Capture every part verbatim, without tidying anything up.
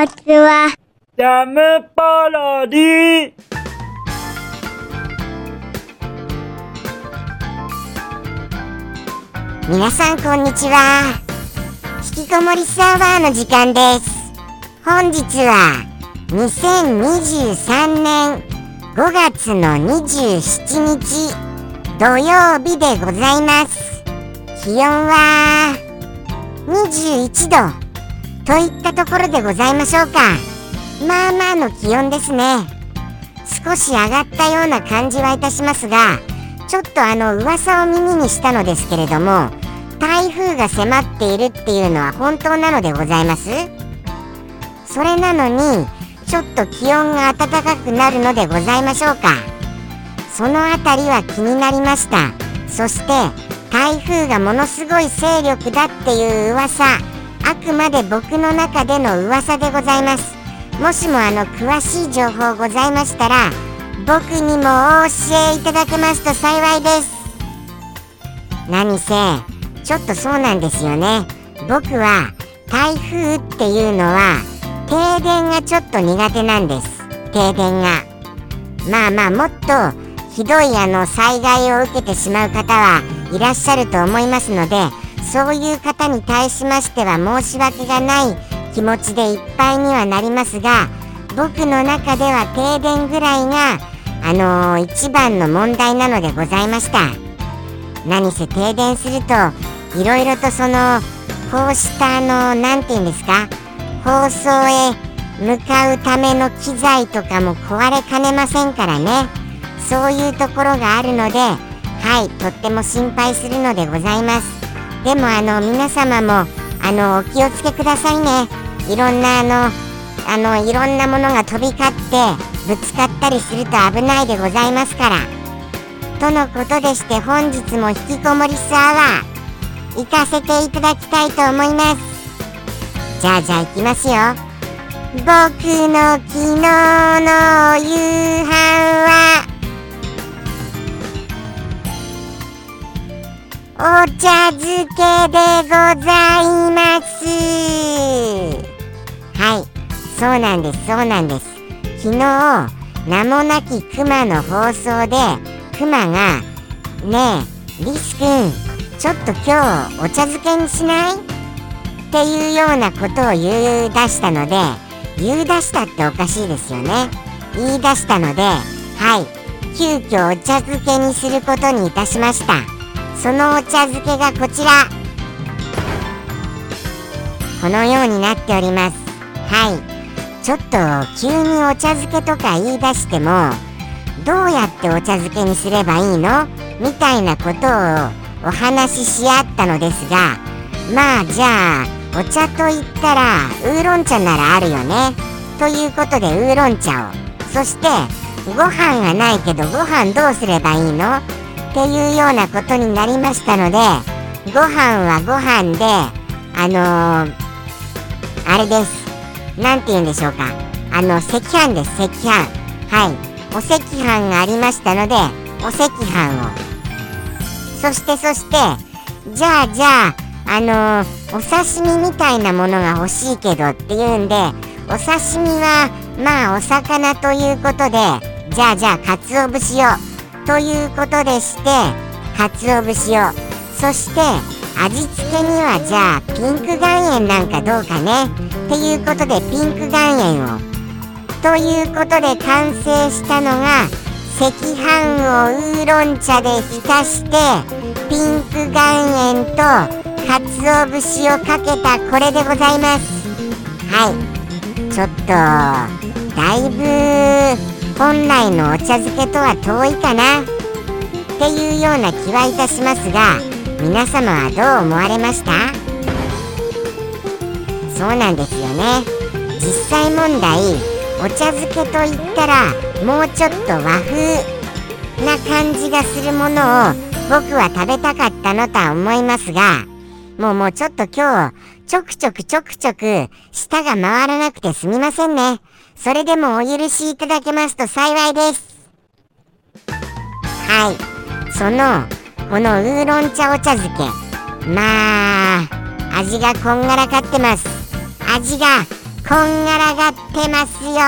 ちは。 ジャムパロディ。 皆さんこんにちは。引きこもりサーバーの時間です。本日はにせんにじゅうさんねんごがつのにじゅうしちにち土曜日でございます。気温はにじゅういちどといったところでございましょうか。まあまあの気温ですね。少し上がったような感じはいたしますが、ちょっとあの噂を耳にしたのですけれども、台風が迫っているっていうのは本当なのでございます？それなのにちょっと気温が暖かくなるのでございましょうか。そのあたりは気になりました。そして台風がものすごい勢力だっていう噂、あくまで僕の中での噂でございます。もしもあの詳しい情報ございましたら僕にもお教えいただけますと幸いです。何せちょっとそうなんですよね。僕は台風っていうのは停電がちょっと苦手なんです。停電がまあまあもっとひどいあの災害を受けてしまう方はいらっしゃると思いますので、そういう方に対しましては申し訳がない気持ちでいっぱいにはなりますが、僕の中では停電ぐらいがあのー、一番の問題なのでございました。何せ停電するといろいろとそのこうしたあのなんて言うんですか、放送へ向かうための機材とかも壊れかねませんからね。そういうところがあるので、はい、とっても心配するのでございます。でもあの皆様もあのお気をつけくださいね。いろんなあのあのいろんなものが飛び交ってぶつかったりすると危ないでございますから。とのことでして本日も引きこもりスアワー行かせていただきたいと思います。じゃあじゃあ行きますよ。僕の昨日の夕飯はお茶漬けでございます。はい、そうなんですそうなんです。昨日名もなきクマの放送でクマがねえリス君ちょっと今日お茶漬けにしないっていうようなことを言い出したので、言い出したっておかしいですよね。言い出したので、はい、急遽お茶漬けにすることにいたしました。そのお茶漬けがこちら、このようになっております。はい、ちょっと急にお茶漬けとか言い出してもどうやってお茶漬けにすればいいのみたいなことをお話しし合ったのですが、まあじゃあお茶といったらウーロン茶ならあるよねということでウーロン茶を、そしてご飯がないけどご飯どうすればいいのっていうようなことになりましたので、ご飯はご飯であのー、あれです、なんて言うんでしょうか、あの赤飯です。赤飯、はい、お赤飯がありましたのでお赤飯を、そしてそしてじゃあじゃああのー、お刺身みたいなものが欲しいけどっていうんで、お刺身はまあお魚ということで、じゃあじゃあ鰹節をということでして鰹節を、そして味付けにはじゃあピンク岩塩なんかどうかねっていうことでピンク岩塩をということで完成したのが赤飯をウーロン茶で浸してピンク岩塩と鰹節をかけたこれでございます。はい、ちょっとだいぶ本来のお茶漬けとは遠いかなっていうような気はいたしますが、皆様はどう思われました？そうなんですよね。実際問題お茶漬けといったらもうちょっと和風な感じがするものを僕は食べたかったのとは思いますが、もうもうちょっと今日ちょくちょくちょくちょく舌が回らなくてすみませんね。それでもお許しいただけますと幸いです。はい、そのこのウーロン茶お茶漬け、まあ味がこんがらかってます。味がここんがらがってますよ。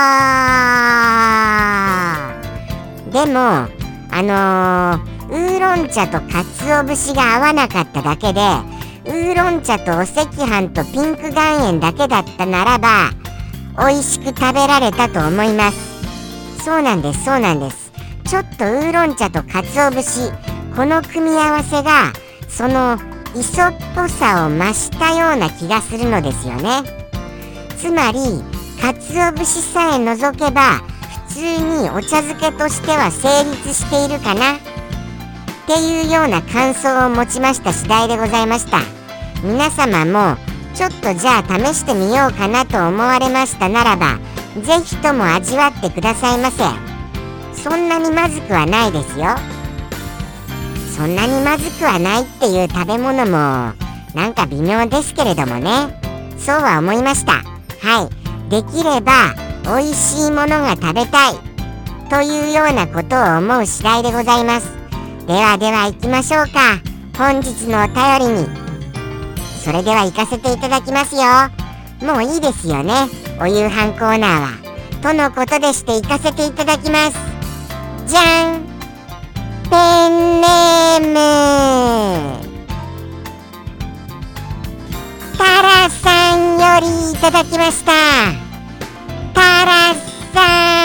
でもあのー、ウーロン茶と鰹節が合わなかっただけで、ウーロン茶とお赤飯とピンク岩塩だけだったならば美味しく食べられたと思います。そうなんですそうなんです。ちょっとウーロン茶と鰹節、この組み合わせがその磯っぽさを増したような気がするのですよね。つまり鰹節さえ除けば普通にお茶漬けとしては成立しているかなっていうような感想を持ちました次第でございました。皆様もちょっとじゃあ試してみようかなと思われましたならば、ぜひとも味わってくださいませ。そんなにまずくはないですよ。そんなにまずくはないっていう食べ物もなんか微妙ですけれどもね、そうは思いました。はい、できれば美味しいものが食べたいというようなことを思う次第でございます。ではでは行きましょうか、本日のお便りに。それでは行かせていただきますよ。もういいですよね、お夕飯コーナーは。とのことでして行かせていただきます。じゃん、ペンネームタラさんよりいただきました。タラさ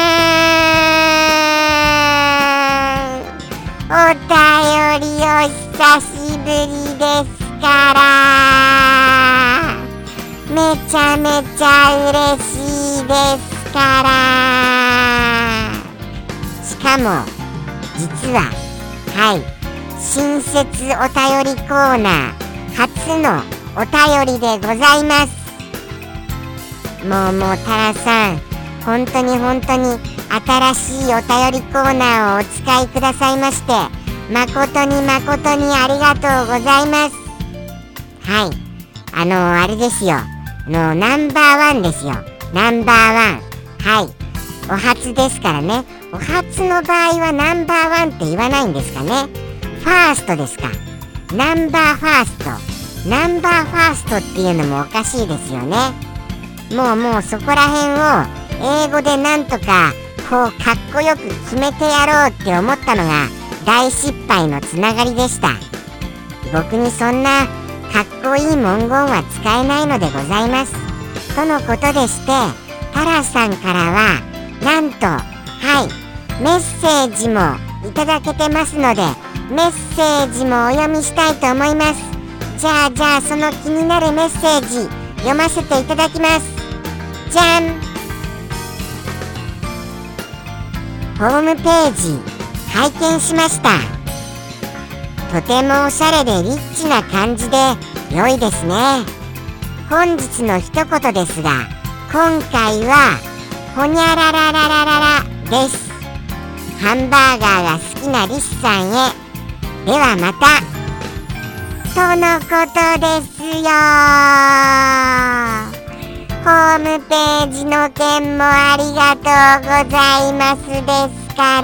ん、お便りお久しぶりですから、めちゃめちゃ嬉しいですから。しかも実ははい新設お便りコーナー初のお便りでございます。もうもうタラさん、本当に本当に新しいお便りコーナーをお使いくださいまして誠に誠にありがとうございます。はい、あのー、あれですよ、あのー、ナンバーワンですよ、ナンバーワン。はい、お初ですからね。お初の場合はナンバーワンって言わないんですかね。ファーストですか。ナンバーファースト、ナンバーファーストっていうのもおかしいですよね。もうもうそこら辺を英語でなんとかこうかっこよく決めてやろうって思ったのが大失敗のつながりでした。僕にそんなかっこいい文言は使えないのでございます。とのことでして、タラさんからはなんとはいメッセージもいただけてますので、メッセージもお読みしたいと思います。じゃあじゃあその気になるメッセージ読ませていただきます。じゃん、ホームページ拝見しました。とてもおしゃれでリッチな感じで良いですね。本日の一言ですが、今回はほにゃららららららです。ハンバーガーが好きなリスさんへ。ではまたとのことですよ。ホームページの件もありがとうございますですから。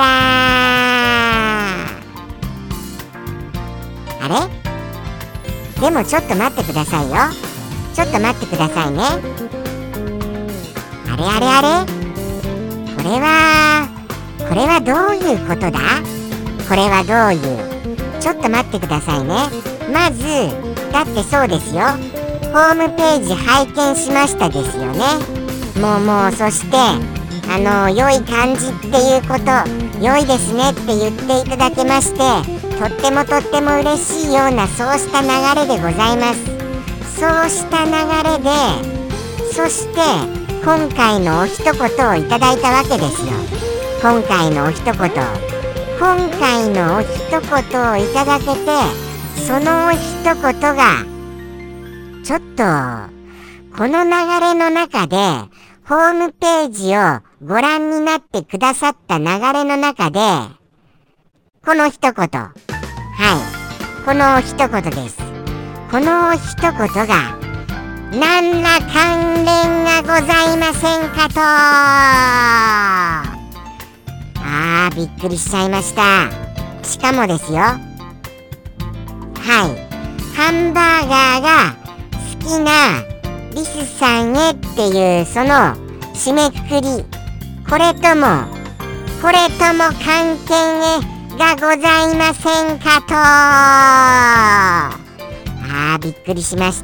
あれ？でもちょっと待ってくださいよ。ちょっと待ってくださいね。あれあれあれ？これはこれはどういうことだ？これはどういう？ちょっと待ってくださいね。まずだってそうですよ、ホームページ拝見しましたですよね。もうもうそしてあの良い感じっていうこと、良いですねって言っていただけまして、とってもとっても嬉しいようなそうした流れでございます。そうした流れで、そして今回のお一言をいただいたわけですよ。今回のお一言今回のお一言をいただけて、そのお一言がちょっとこの流れの中でホームページをご覧になってくださった流れの中で、この一言、はい、この一言です。この一言が何ら関連がございませんかと。あー、びっくりしちゃいました。しかもですよ、はい、ハンバーガーが好きなリスさんへっていうその締めくくり、これともこれとも関係がございませんかと。あーびっくりしました。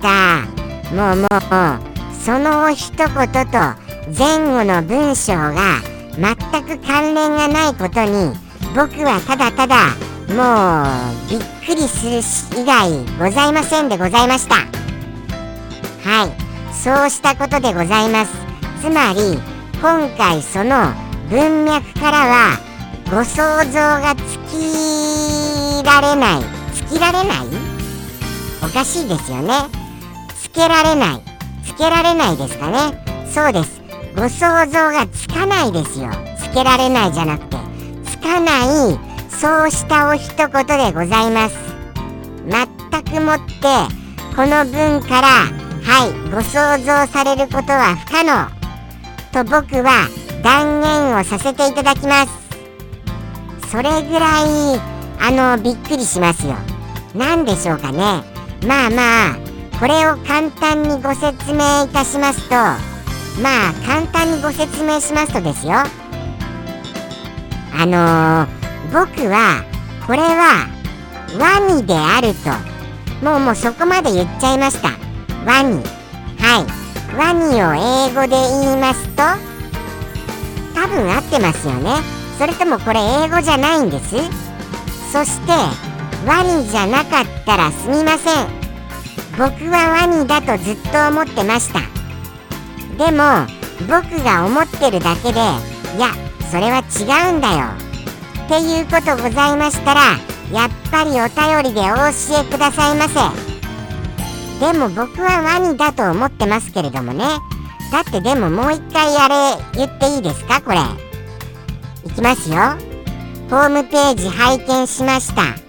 もうもうその一言と前後の文章が全く関連がないことに僕はただただもうびっくりする以外ございませんでございました。はい、そうしたことでございます。つまり今回その文脈からはご想像がつきられない、つきられないおかしいですよね。つけられない、つけられないですかね。そうです、ご想像がつかないですよ。つけられないじゃなくてつかない、そうしたお一言でございます。全くもってこの文からはいご想像されることは不可能と僕は断言をさせていただきます。それぐらいあのびっくりしますよ。なんでしょうかね。まあまあこれを簡単にご説明いたしますと、まあ簡単にご説明しますとですよ、あのー、僕はこれはワニであると、もうもうそこまで言っちゃいました。ワニ、はい、ワニを英語で言いますと多分合ってますよね。それともこれ英語じゃないんです。そしてワニじゃなかったらすみません。僕はワニだとずっと思ってました。でも僕が思ってるだけで、いやそれは違うんだよっていうことございましたら、やっぱりお便りでお教えくださいませ。でも僕はワニだと思ってますけれどもね。だってでももう一回あれ言っていいですか。これいきますよ。ホームページ拝見しました。はい、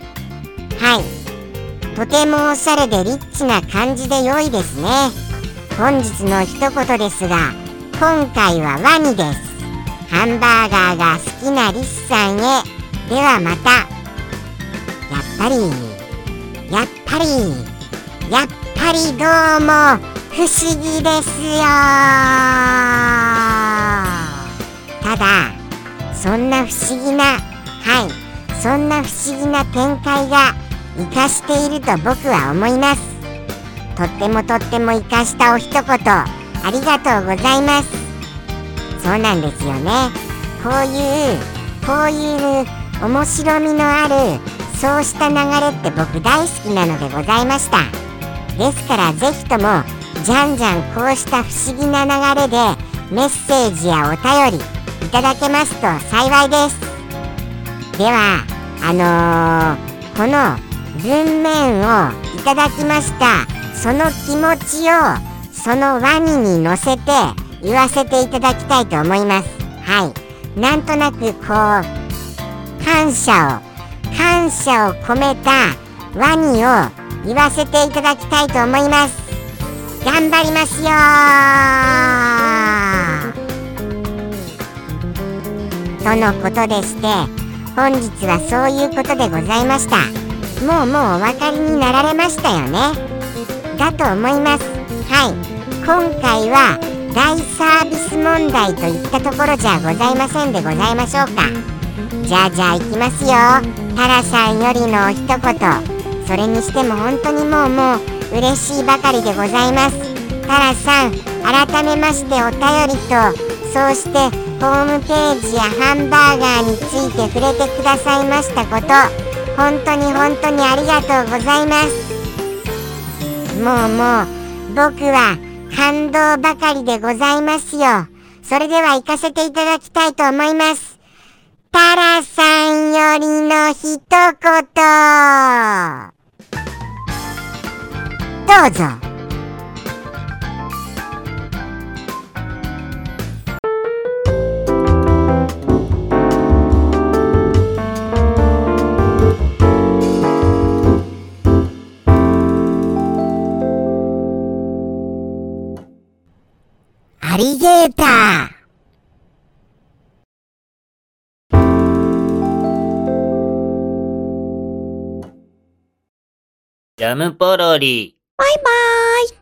とてもおしゃれでリッチな感じで良いですね。本日の一言ですが、今回はワニです。ハンバーガーが好きなリスさんへ。ではまた。やっぱりやっぱりやっぱりどうも不思議ですよ。ただそんな不思議な、はい、そんな不思議な展開が生かしていると僕は思います。とってもとっても生かしたお一言ありがとうございます。そうなんですよね。こういうこういう面白みのあるそうした流れって僕大好きなのでございました。ですからぜひともじゃんじゃんこうした不思議な流れでメッセージやお便りいただけますと幸いです。ではあのー、この文面をいただきましたその気持ちをそのワニに乗せて言わせていただきたいと思います。はい、なんとなくこう感謝を感謝を込めたワニを言わせていただきたいと思います。頑張りますよーとのことでして、本日はそういうことでございました。もうもうお分かりになられましたよね。だと思います。はい、今回は大サービス問題といったところじゃございませんでございましょうか。じゃあじゃあいきますよ。タラさんよりのお一言、それにしても本当にもうもう嬉しいばかりでございます。タラさん、改めましてお便りと、そうしてホームページやハンバーガーについて触れてくださいましたこと、本当に本当にありがとうございます。もうもう僕は感動ばかりでございますよ。それでは行かせていただきたいと思います。タラさんよりの一言、どうぞ。アリゲーター。 ジャムポロリ。 バイバーイ。